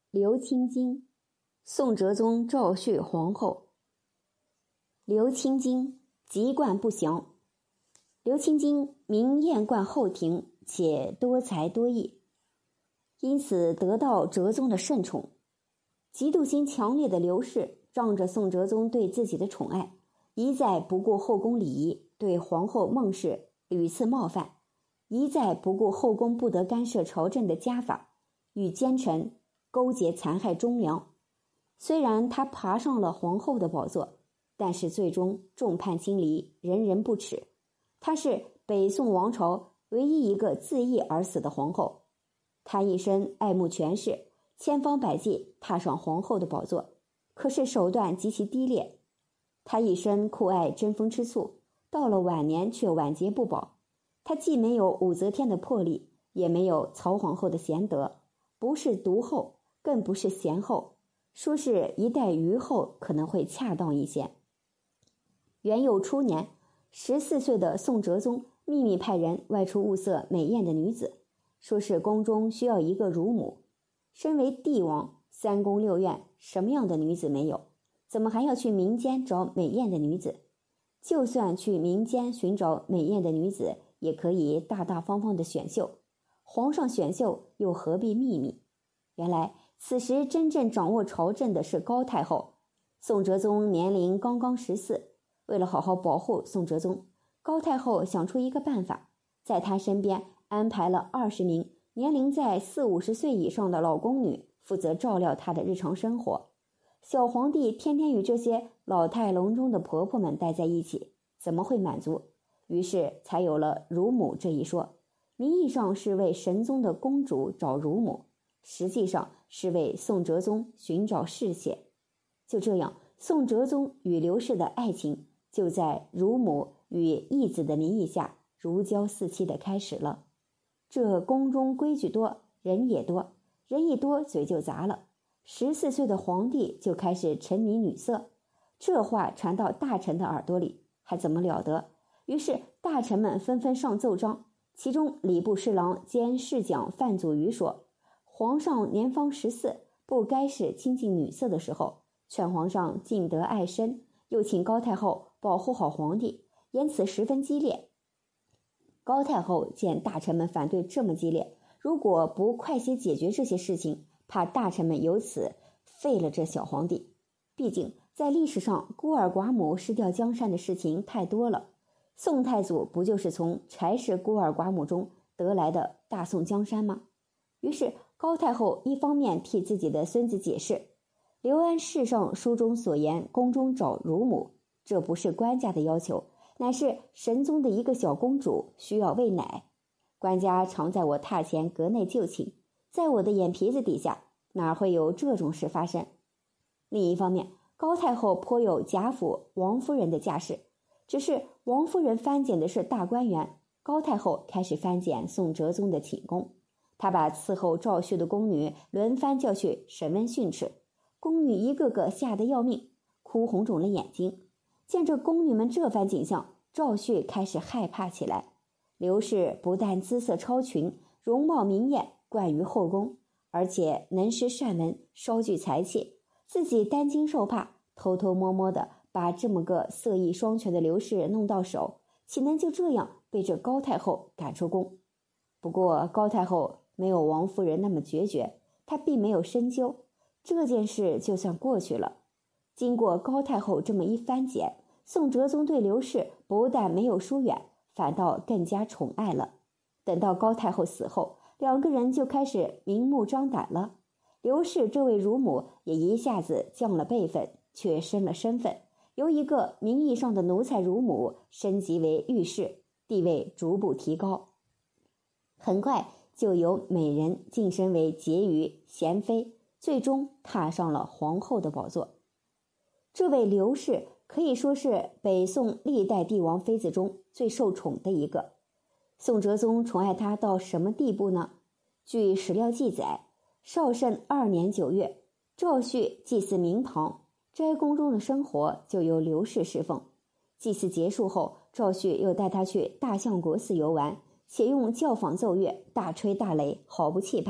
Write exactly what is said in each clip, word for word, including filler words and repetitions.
刘清京，宋哲宗赵煦皇后。刘清京籍贯不详。刘清京名艳冠后庭，且多才多艺，因此得到哲宗的盛宠。嫉妒心强烈的刘氏仗着宋哲宗对自己的宠爱，一再不顾后宫礼仪，对皇后孟氏屡次冒犯，一再不顾后宫不得干涉朝政的家法，与奸臣勾结残害忠良。虽然他爬上了皇后的宝座，但是最终众叛亲离，人人不齿。她是北宋王朝唯一一个自缢而死的皇后。她一生爱慕权势，千方百计踏上皇后的宝座，可是手段极其低劣。她一生酷爱争风吃醋，到了晚年却晚节不保。她既没有武则天的魄力，也没有曹皇后的贤德，不是毒后，更不是贤后，说是一代虞后可能会恰当一些。元佑初年，十四岁的宋哲宗秘密派人外出物色美艳的女子，说是宫中需要一个乳母。身为帝王，三宫六院什么样的女子没有，怎么还要去民间找美艳的女子？就算去民间寻找美艳的女子，也可以大大方方的选秀，皇上选秀又何必秘密？原来此时真正掌握朝政的是高太后。宋哲宗年龄刚刚十四，为了好好保护宋哲宗，高太后想出一个办法，在他身边安排了二十名年龄在四五十岁以上的老宫女，负责照料他的日常生活。小皇帝天天与这些老态龙钟的婆婆们待在一起，怎么会满足？于是才有了乳母这一说，名义上是为神宗的公主找乳母，实际上是为宋哲宗寻找侍妾。就这样，宋哲宗与刘氏的爱情就在乳母与义子的名义下如胶似漆的开始了。这宫中规矩多，人也多，人一多嘴就杂了。十四岁的皇帝就开始沉迷女色，这话传到大臣的耳朵里，还怎么了得？于是大臣们纷纷上奏章，其中礼部侍郎兼侍讲范祖禹说，皇上年方十四，不该是亲近女色的时候，劝皇上敬德爱身，又请高太后保护好皇帝，言辞十分激烈。高太后见大臣们反对这么激烈，如果不快些解决这些事情，怕大臣们由此废了这小皇帝。毕竟在历史上孤儿寡母失掉江山的事情太多了，宋太祖不就是从柴氏孤儿寡母中得来的大宋江山吗？于是高太后一方面替自己的孙子解释，刘安世上书中所言宫中找乳母，这不是官家的要求，乃是神宗的一个小公主需要喂奶，官家常在我榻前阁内就寝，在我的眼皮子底下，哪会有这种事发生？另一方面，高太后颇有贾府王夫人的架势，只是王夫人翻检的是大观园，高太后开始翻检宋哲宗的寝宫。她把伺候赵煦的宫女轮番叫去审问训斥，宫女一个个吓得要命，哭红肿了眼睛。见着宫女们这番景象，赵煦开始害怕起来。刘氏不但姿色超群，容貌明艳，冠于后宫，而且能诗善文，稍具才气，自己担惊受怕，偷偷摸摸的把这么个色艺双全的刘氏弄到手，岂能就这样被这高太后赶出宫？不过高太后没有王夫人那么决绝，她并没有深究，这件事就算过去了。经过高太后这么一番解，宋哲宗对刘氏不但没有疏远，反倒更加宠爱了。等到高太后死后，两个人就开始明目张胆了。刘氏这位乳母也一下子降了辈分，却升了身份，由一个名义上的奴才乳母升级为御史，地位逐步提高。很快就由美人晋升为婕妤、贤妃，最终踏上了皇后的宝座。这位刘氏可以说是北宋历代帝王妃子中最受宠的一个。宋哲宗宠爱她到什么地步呢？据史料记载，绍圣二年九月，赵煦祭祀明堂，斋宫中的生活就由刘氏侍奉。祭祀结束后，赵煦又带他去大相国寺游玩，且用教坊奏乐，大吹大擂，毫不气派，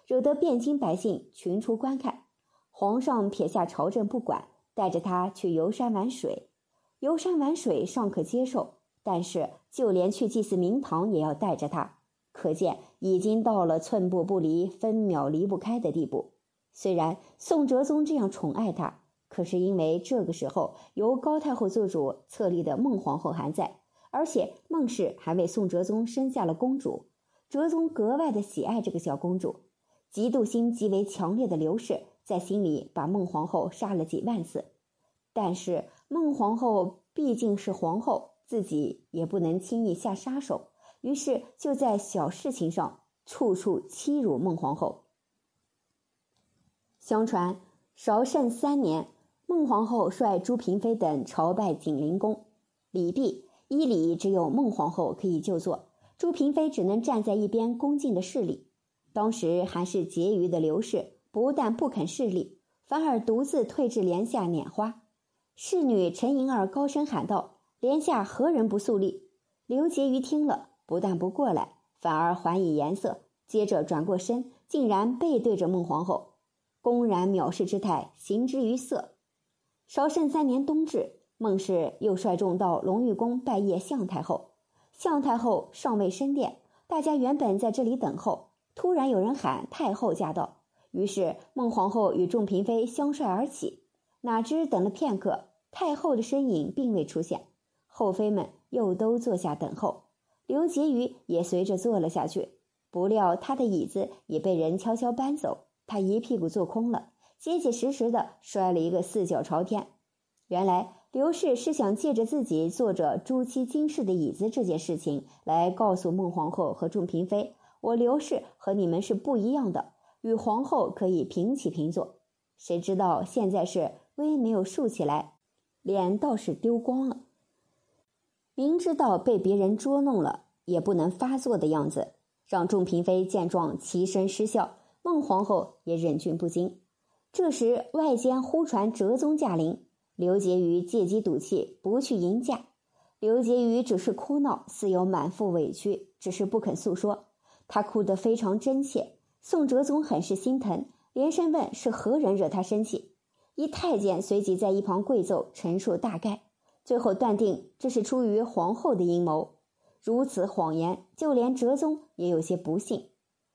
惹得汴京百姓群出观看。皇上撇下朝政不管，带着他去游山玩水。游山玩水尚可接受，但是就连去祭祀明堂也要带着他，可见已经到了寸步不离、分秒离不开的地步。虽然宋哲宗这样宠爱他，可是因为这个时候由高太后做主册立的孟皇后还在，而且孟氏还为宋哲宗生下了公主，哲宗格外的喜爱这个小公主。嫉妒心极为强烈的刘氏在心里把孟皇后杀了几万次，但是孟皇后毕竟是皇后，自己也不能轻易下杀手，于是就在小事情上处处欺辱孟皇后。相传绍圣三年，孟皇后率朱嫔妃等朝拜景陵宫，礼毕，依礼只有孟皇后可以就坐，朱嫔妃只能站在一边恭敬的侍礼。当时还是婕妤的刘氏不但不肯侍礼，反而独自退至帘下拈花。侍女陈莹儿高声喊道：“帘下何人不肃立？”刘婕妤听了，不但不过来，反而还以颜色，接着转过身，竟然背对着孟皇后，公然藐视之态行之于色。绍圣三年冬至，孟氏又率众到隆裕宫拜谒向太后。向太后尚未升殿，大家原本在这里等候，突然有人喊太后驾到，于是孟皇后与众嫔妃相率而起。哪知等了片刻，太后的身影并未出现，后妃们又都坐下等候，刘婕妤也随着坐了下去。不料她的椅子也被人悄悄搬走，她一屁股坐空了，结结实实的摔了一个四脚朝天。原来刘氏是想借着自己坐着朱漆金饰的椅子这件事情来告诉孟皇后和众嫔妃，我刘氏和你们是不一样的，与皇后可以平起平坐。谁知道现在是微没有竖起来，脸倒是丢光了。明知道被别人捉弄了也不能发作的样子，让众嫔妃见状齐声失笑，孟皇后也忍俊不禁。这时外间忽传哲宗驾临，刘婕妤借机赌气不去迎驾。刘婕妤只是哭闹，似有满腹委屈，只是不肯诉说。她哭得非常真切，宋哲宗很是心疼，连声问是何人惹她生气。一太监随即在一旁跪奏陈述大概，最后断定这是出于皇后的阴谋。如此谎言，就连哲宗也有些不信。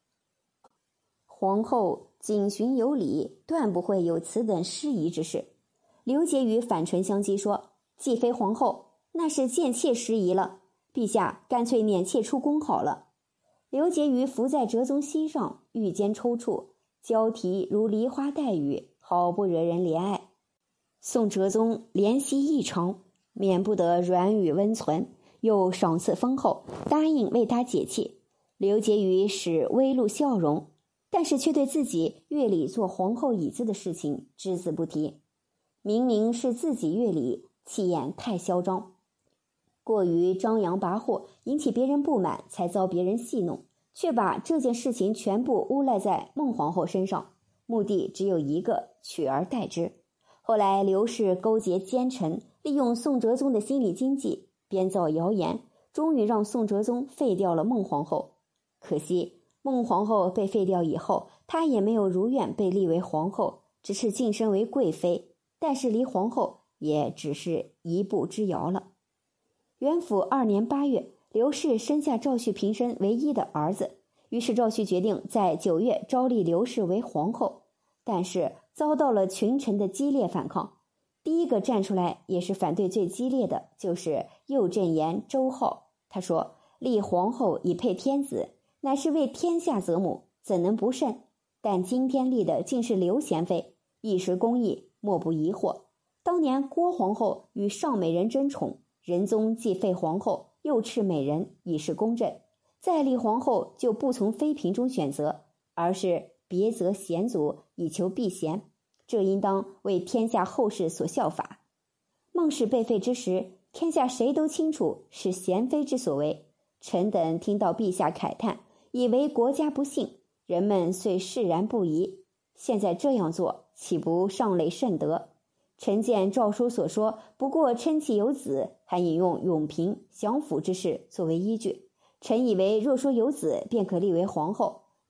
皇后谨循有礼，断不会有此等失仪之事。刘婕妤反唇相讥说：“既非皇后，那是贱妾失仪了，陛下干脆撵妾出宫好了。”刘婕妤伏在哲宗膝上，玉肩抽搐，娇啼如梨花带雨，毫不惹人怜爱。宋哲宗怜惜异常，免不得软语温存，又赏赐丰厚，答应为她解气。刘婕妤使微露笑容，但是却对自己乐礼坐皇后椅子的事情只字不提。明明是自己乐礼，气焰太嚣张，过于张扬跋扈，引起别人不满，才遭别人戏弄，却把这件事情全部诬赖在孟皇后身上，目的只有一个，取而代之。后来刘氏勾结奸臣，利用宋哲宗的心理经济，编造谣言，终于让宋哲宗废掉了孟皇后。可惜孟皇后被废掉以后，她也没有如愿被立为皇后，只是晋升为贵妃，但是离皇后也只是一步之遥了。元符二年八月，刘氏生下赵旭平生唯一的儿子，于是赵旭决定在九月招立刘氏为皇后，但是遭到了群臣的激烈反抗。第一个站出来也是反对最激烈的就是右正言周浩，他说：“立皇后以配天子，乃是为天下择母，怎能不慎？但今天立的竟是刘贤妃，一时公义，莫不疑惑。当年郭皇后与上美人争宠，仁宗既废皇后，又斥美人，以示公正。再立皇后就不从妃嫔中选择，而是别择贤族，以求避嫌，这应当为天下后世所效法。孟氏被废之时，天下谁都清楚是贤妃之所为。臣等听到陛下慨叹，以为国家不幸，人们遂释然不疑。现在这样做，岂不上累甚德？臣见诏书所说不过称其有子，还引用永平降服之事作为依据。臣以为若说有子便可立为皇后，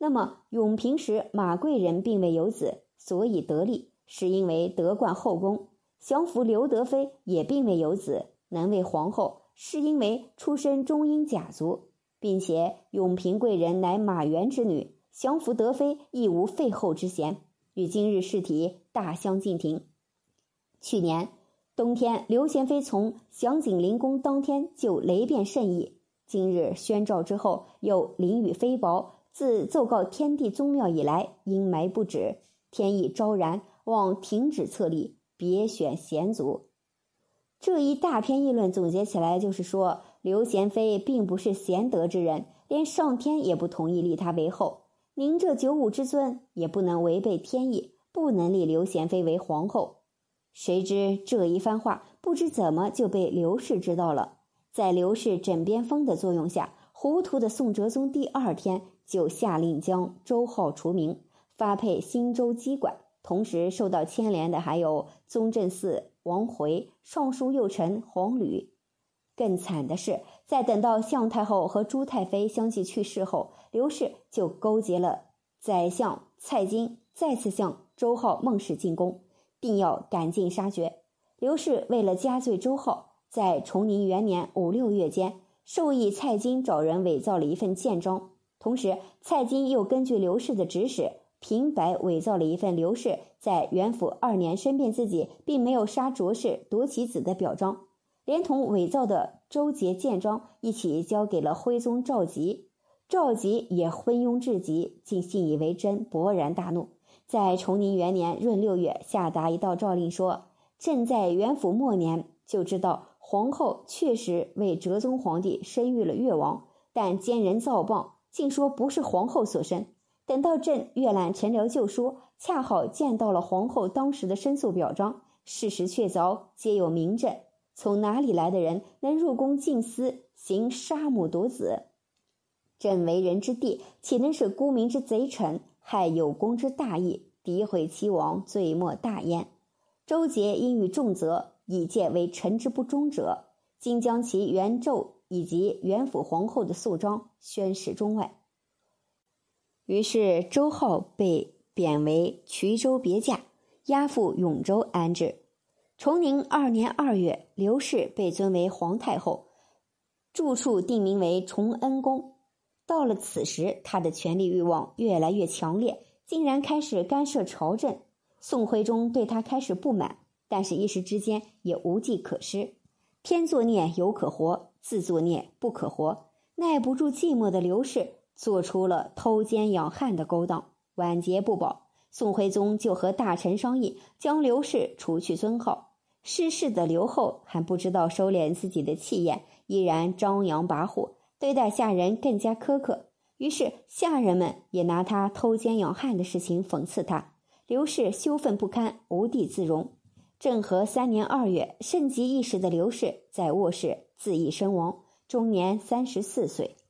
那么永平时马贵人并未有子，所以得利，是因为得冠后宫。降服刘德妃也并未有子，能为皇后，是因为出身中英甲族，并且永平贵人乃马援之女，降服德妃亦无废后之嫌，与今日事体大相径庭。去年冬天，刘贤妃从祥景灵宫当天就雷变甚异，今日宣诏之后，又淋雨飞雹，自奏告天地宗庙以来，阴霾不止，天意昭然，望停止册立，别选贤族。这一大篇议论总结起来就是说，刘贤妃并不是贤德之人，连上天也不同意立她为后，您这九五之尊也不能违背天意，不能立刘贤妃为皇后。谁知这一番话不知怎么就被刘氏知道了，在刘氏枕边风的作用下，糊涂的宋哲宗第二天就下令将周浩除名，发配新州机管，同时受到牵连的还有宗正寺王回、尚书右丞黄履。更惨的是，在等到向太后和朱太妃相继去世后，刘氏就勾结了宰相蔡京，再次向周浩孟氏进攻，定要赶尽杀绝。刘氏为了加罪周浩，在崇宁元年五六月间，授意蔡京找人伪造了一份谏章，同时蔡京又根据刘氏的指使，平白伪造了一份刘氏在元符二年申辩自己并没有杀卓氏夺其子的表彰，连同伪造的周节谏章一起交给了徽宗赵佶。赵佶也昏庸至极，竟信以为真，勃然大怒，在崇宁元年闰六月下达一道诏令说，朕在元符末年就知道皇后确实为哲宗皇帝生育了越王，但奸人造谤，竟说不是皇后所生。等到朕阅览陈辽旧书，恰好见到了皇后当时的申诉表彰，事实确凿，皆有明证。从哪里来的人能入宫禁私，行杀母夺子？朕为人之弟，岂能是沽名之贼臣，害有功之大义，诋毁其王，罪莫大焉。周节因遇重责，以戒为臣之不忠者，今将其原奏以及元辅皇后的诉章宣示中外。于是周浩被贬为衢州别驾，押赴永州安置。崇宁二年二月，刘氏被尊为皇太后，住处定名为崇恩宫。到了此时，他的权力欲望越来越强烈，竟然开始干涉朝政。宋徽宗对他开始不满，但是一时之间也无计可施。天作孽犹可活，自作孽不可活。耐不住寂寞的刘氏做出了偷奸养汉的勾当，晚节不保，宋徽宗就和大臣商议，将刘氏除去尊号。失势的刘后还不知道收敛自己的气焰，依然张扬跋扈，对待下人更加苛刻。于是下人们也拿他偷奸养汉的事情讽刺他，刘氏羞愤不堪，无地自容。政和三年二月，盛极一时的刘氏在卧室自缢身亡，终年三十四岁。